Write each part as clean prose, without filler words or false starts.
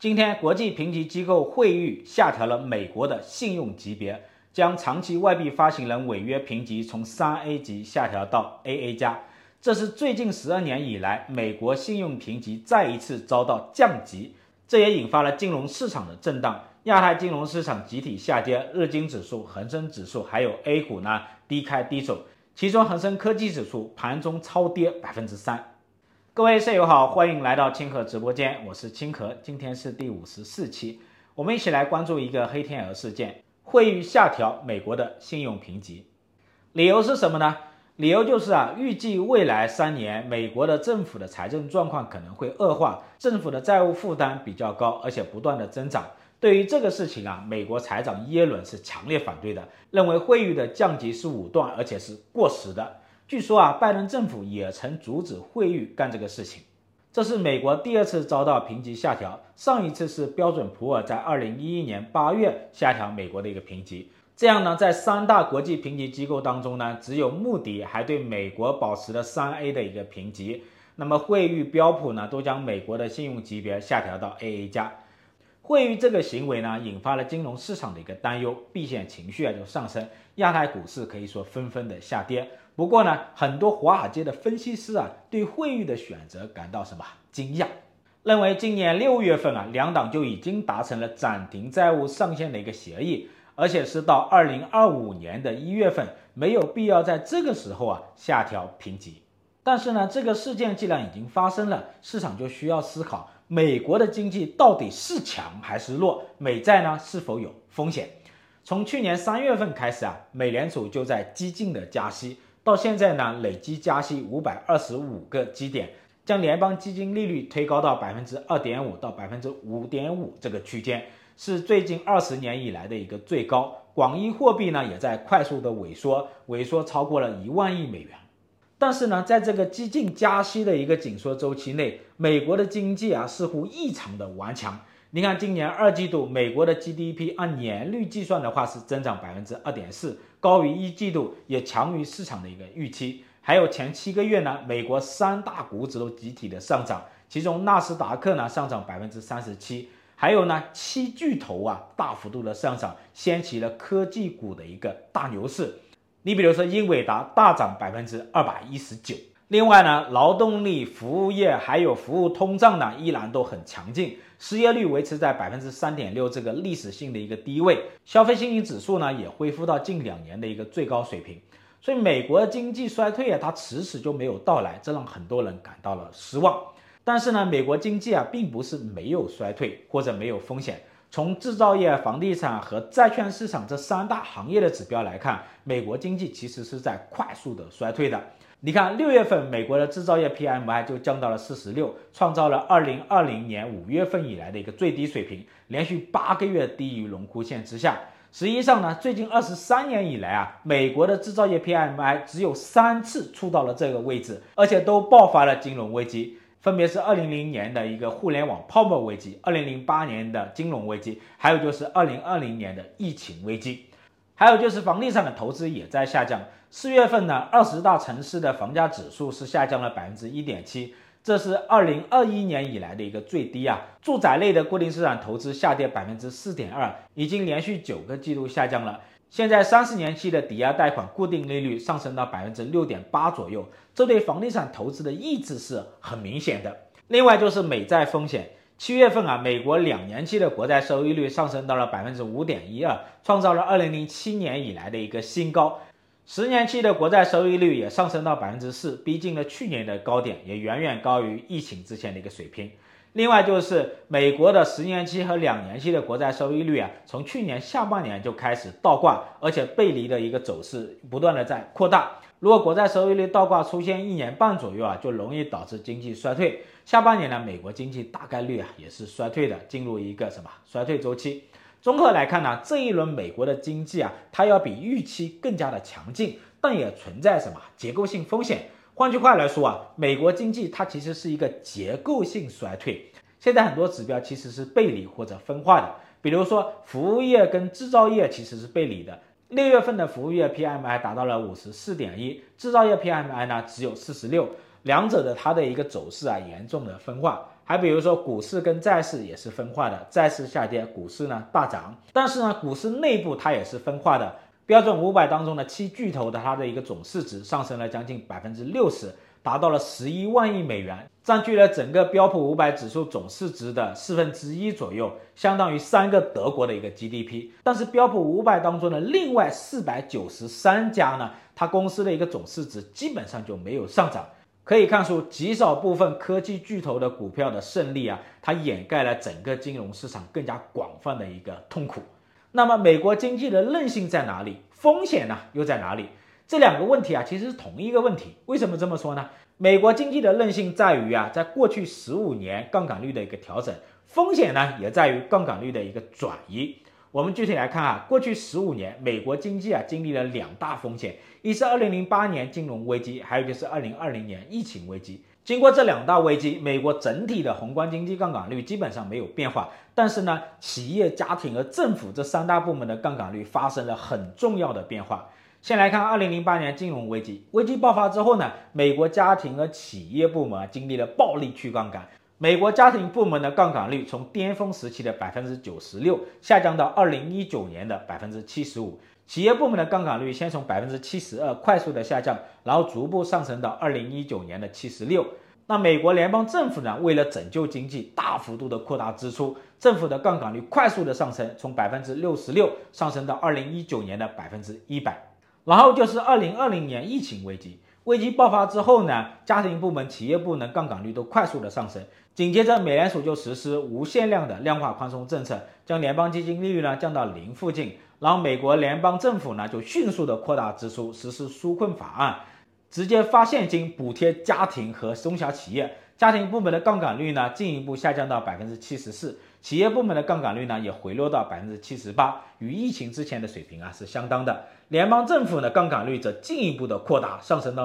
今天，国际评级机构惠誉下调了美国的信用级别，将长期外币发行人违约评级从3A 级下调到 AA 加。这是最近12年以来美国信用评级再一次遭到降级，这也引发了金融市场的震荡。亚太金融市场集体下跌，日经指数、恒生指数还有 A 股呢低开低走，其中恒生科技指数盘中超跌3%。各位舍友好，欢迎来到清河直播间，我是清河，今天是第54期，我们一起来关注一个黑天鹅事件，惠誉下调美国的信用评级。理由是什么呢？理由就是预计未来3年美国的政府的财政状况可能会恶化，政府的债务负担比较高，而且不断的增长。对于这个事情美国财长耶伦是强烈反对的，认为惠誉的降级是武断，而且是过时的。据说拜登政府也曾阻止惠誉干这个事情。这是美国第2次遭到评级下调，上一次是标准普尔在2011年8月下调美国的一个评级。这样呢，在3大国际评级机构当中呢，只有穆迪还对美国保持了3A 的一个评级，那么惠誉、标普呢都将美国的信用级别下调到 AA 加。惠誉这个行为呢，引发了金融市场的一个担忧，避险情绪就上升，亚太股市可以说纷纷的下跌。不过呢，很多华尔街的分析师对惠誉的选择感到惊讶，认为今年6月份两党就已经达成了暂停债务上限的一个协议，而且是到2025年的1月份，没有必要在这个时候下调评级。但是呢，这个事件既然已经发生了，市场就需要思考美国的经济到底是强还是弱，美债呢是否有风险。从去年3月份开始美联储就在激进的加息，到现在呢，累计加息525个基点，将联邦基金利率推高到 2.5% 到 5.5% 这个区间，是最近20年以来的一个最高。广义货币呢也在快速的萎缩超过了1万亿美元。但是呢，在这个激进加息的一个紧缩周期内，美国的经济似乎异常的顽强。你看今年2季度美国的 GDP 按年率计算的话是增长 2.4%， 高于1季度，也强于市场的一个预期。还有前7个月呢，美国3大股指都集体的上涨，其中纳斯达克呢上涨 37%， 还有呢7巨头大幅度的上涨，掀起了科技股的一个大牛市。你比如说英伟达大涨 219%。另外呢，劳动力、服务业还有服务通胀呢依然都很强劲，失业率维持在 3.6% 这个历史性的一个低位，消费信心指数呢也恢复到近2年的一个最高水平。所以美国的经济衰退它迟迟就没有到来，这让很多人感到了失望。但是呢，美国经济并不是没有衰退或者没有风险。从制造业、房地产和债券市场这3大行业的指标来看，美国经济其实是在快速的衰退的。你看6月份美国的制造业 PMI 就降到了46，创造了2020年5月份以来的一个最低水平，连续8个月低于荣枯线之下。实际上呢，最近23年以来美国的制造业 PMI 只有3次触到了这个位置，而且都爆发了金融危机，分别是2000年的一个互联网泡沫危机、2008年的金融危机，还有就是2020年的疫情危机。还有就是房地产的投资也在下降，4月份呢，20大城市的房价指数是下降了 1.7%， 这是2021年以来的一个最低住宅类的固定资产投资下跌 4.2%， 已经连续9个季度下降了。现在30年期的抵押贷款固定利率上升到 6.8% 左右，这对房地产投资的抑制是很明显的。另外就是美债风险，7月份美国2年期的国债收益率上升到了 5.12%， 创造了2007年以来的一个新高。10年期的国债收益率也上升到 4%， 逼近了去年的高点，也远远高于疫情之前的一个水平。另外就是美国的10年期和2年期的国债收益率从去年下半年就开始倒挂，而且背离的一个走势不断的在扩大。如果国债收益率倒挂出现1年半左右就容易导致经济衰退。下半年呢，美国经济大概率也是衰退的，进入一个衰退周期。综合来看呢，这一轮美国的经济它要比预期更加的强劲，但也存在结构性风险。换句话来说美国经济它其实是一个结构性衰退。现在很多指标其实是背离或者分化的，比如说服务业跟制造业其实是背离的。6月份的服务业 PMI 达到了 54.1， 制造业 PMI 呢只有46，两者的它的一个走势严重的分化。 还比如说股市跟债市也是分化的，债市下跌，股市呢大涨。但是呢，股市内部它也是分化的。标准500当中的7巨头的它的一个总市值上升了将近60%，达到了11万亿美元，占据了整个标普500指数总市值的1/4左右，相当于3个德国的一个 GDP。但是标普500当中的另外493家呢，它公司的一个总市值基本上就没有上涨。可以看出极少部分科技巨头的股票的胜利它掩盖了整个金融市场更加广泛的一个痛苦。那么美国经济的韧性在哪里？风险呢又在哪里？这两个问题其实是同一个问题。为什么这么说呢？美国经济的韧性在于在过去15年杠杆率的一个调整，风险呢也在于杠杆率的一个转移。我们具体来看过去15年美国经济经历了2大风险，一是2008年金融危机，还有就是2020年疫情危机。经过这2大危机，美国整体的宏观经济杠杆率基本上没有变化，但是呢，企业、家庭和政府这3大部门的杠杆率发生了很重要的变化。先来看2008年金融危机，危机爆发之后呢，美国家庭和企业部门经历了暴力去杠杆。美国家庭部门的杠杆率从巅峰时期的 96% 下降到2019年的 75%， 企业部门的杠杆率先从 72% 快速的下降，然后逐步上升到2019年的 76%。 那美国联邦政府呢，为了拯救经济，大幅度的扩大支出，政府的杠杆率快速的上升，从 66% 上升到2019年的 100%。 然后就是2020年疫情危机，危机爆发之后呢，家庭部门、企业部门杠杆率都快速的上升，紧接着美联储就实施无限量的量化宽松政策，将联邦基金利率呢降到0附近，然后美国联邦政府呢就迅速的扩大支出，实施纾困法案，直接发现金补贴家庭和中小企业。家庭部门的杠杆率呢进一步下降到 74%， 企业部门的杠杆率呢也回落到 78%， 与疫情之前的水平是相当的。联邦政府的杠杆率则进一步的扩大，上升到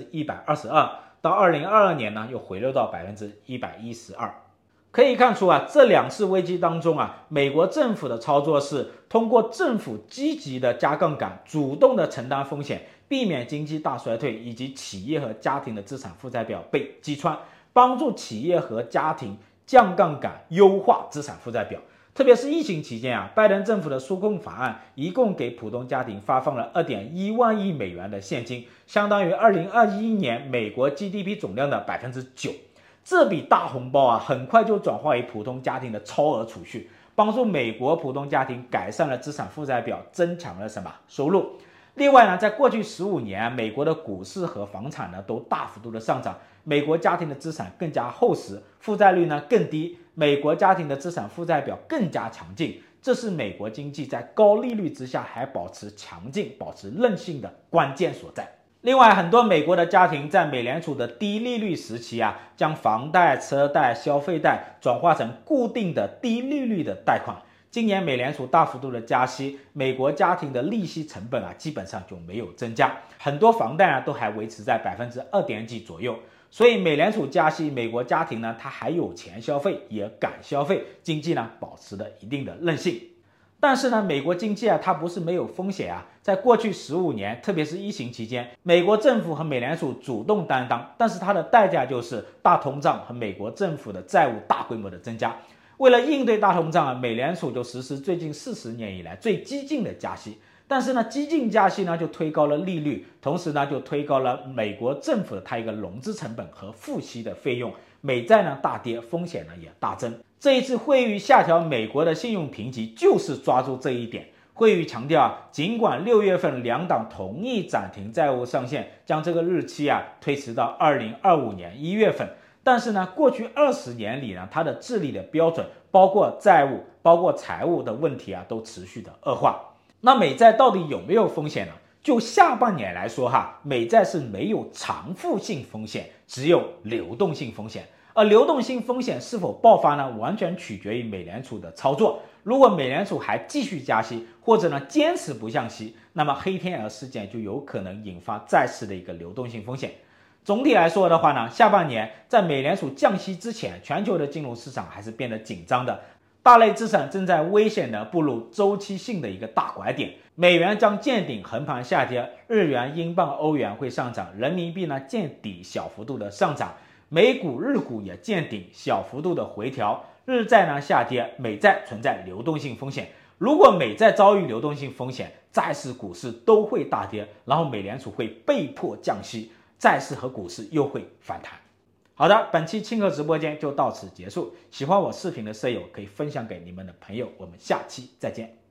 122%， 到2022年呢又回落到 112%。 可以看出这2次危机当中美国政府的操作是通过政府积极的加杠杆，主动的承担风险，避免经济大衰退以及企业和家庭的资产负债表被击穿，帮助企业和家庭降杠杆，优化资产负债表。特别是疫情期间拜登政府的纾困法案一共给普通家庭发放了 2.1 万亿美元的现金，相当于2021年美国 GDP 总量的 9%。 这笔大红包很快就转化为普通家庭的超额储蓄，帮助美国普通家庭改善了资产负债表，增强了收入。另外呢，在过去15年美国的股市和房产呢都大幅度的上涨，美国家庭的资产更加厚实，负债率呢更低，美国家庭的资产负债表更加强劲，这是美国经济在高利率之下还保持强劲、保持韧性的关键所在。另外，很多美国的家庭在美联储的低利率时期将房贷、车贷、消费贷转化成固定的低利率的贷款。今年美联储大幅度的加息，美国家庭的利息成本基本上就没有增加，很多房贷都还维持在 2. 点几左右。所以美联储加息，美国家庭呢它还有钱消费，也敢消费，经济呢保持了一定的韧性。但是呢，美国经济它不是没有风险在过去15年，特别是疫情期间，美国政府和美联储主动担当，但是它的代价就是大通胀和美国政府的债务大规模的增加。为了应对大通胀美联储就实施最近40年以来最激进的加息。但是呢，激进加息呢就推高了利率，同时呢就推高了美国政府的它一个融资成本和付息的费用，美债呢大跌，风险呢也大增。这一次会议下调美国的信用评级，就是抓住这一点。会议强调尽管6月份2党同意暂停债务上限，将这个日期推迟到2025年1月份，但是呢，过去20年里呢，它的治理的标准，包括债务、包括财务的问题都持续的恶化。那美债到底有没有风险呢？就下半年来说美债是没有偿付性风险，只有流动性风险。而流动性风险是否爆发呢，完全取决于美联储的操作。如果美联储还继续加息，或者呢坚持不降息，那么黑天鹅事件就有可能引发债市的一个流动性风险。总体来说的话呢，下半年在美联储降息之前，全球的金融市场还是变得紧张的，大类资产正在危险的步入周期性的一个大拐点，美元将见顶横盘下跌，日元、英镑、欧元会上涨，人民币呢见底小幅度的上涨。 美股、日股也见顶，小幅度的回调，日债呢下跌，美债存在流动性风险。如果美债遭遇流动性风险，债市、股市都会大跌，然后美联储会被迫降息，债市和股市又会反弹。好的，本期清河直播间就到此结束。喜欢我视频的舍友可以分享给你们的朋友，我们下期再见。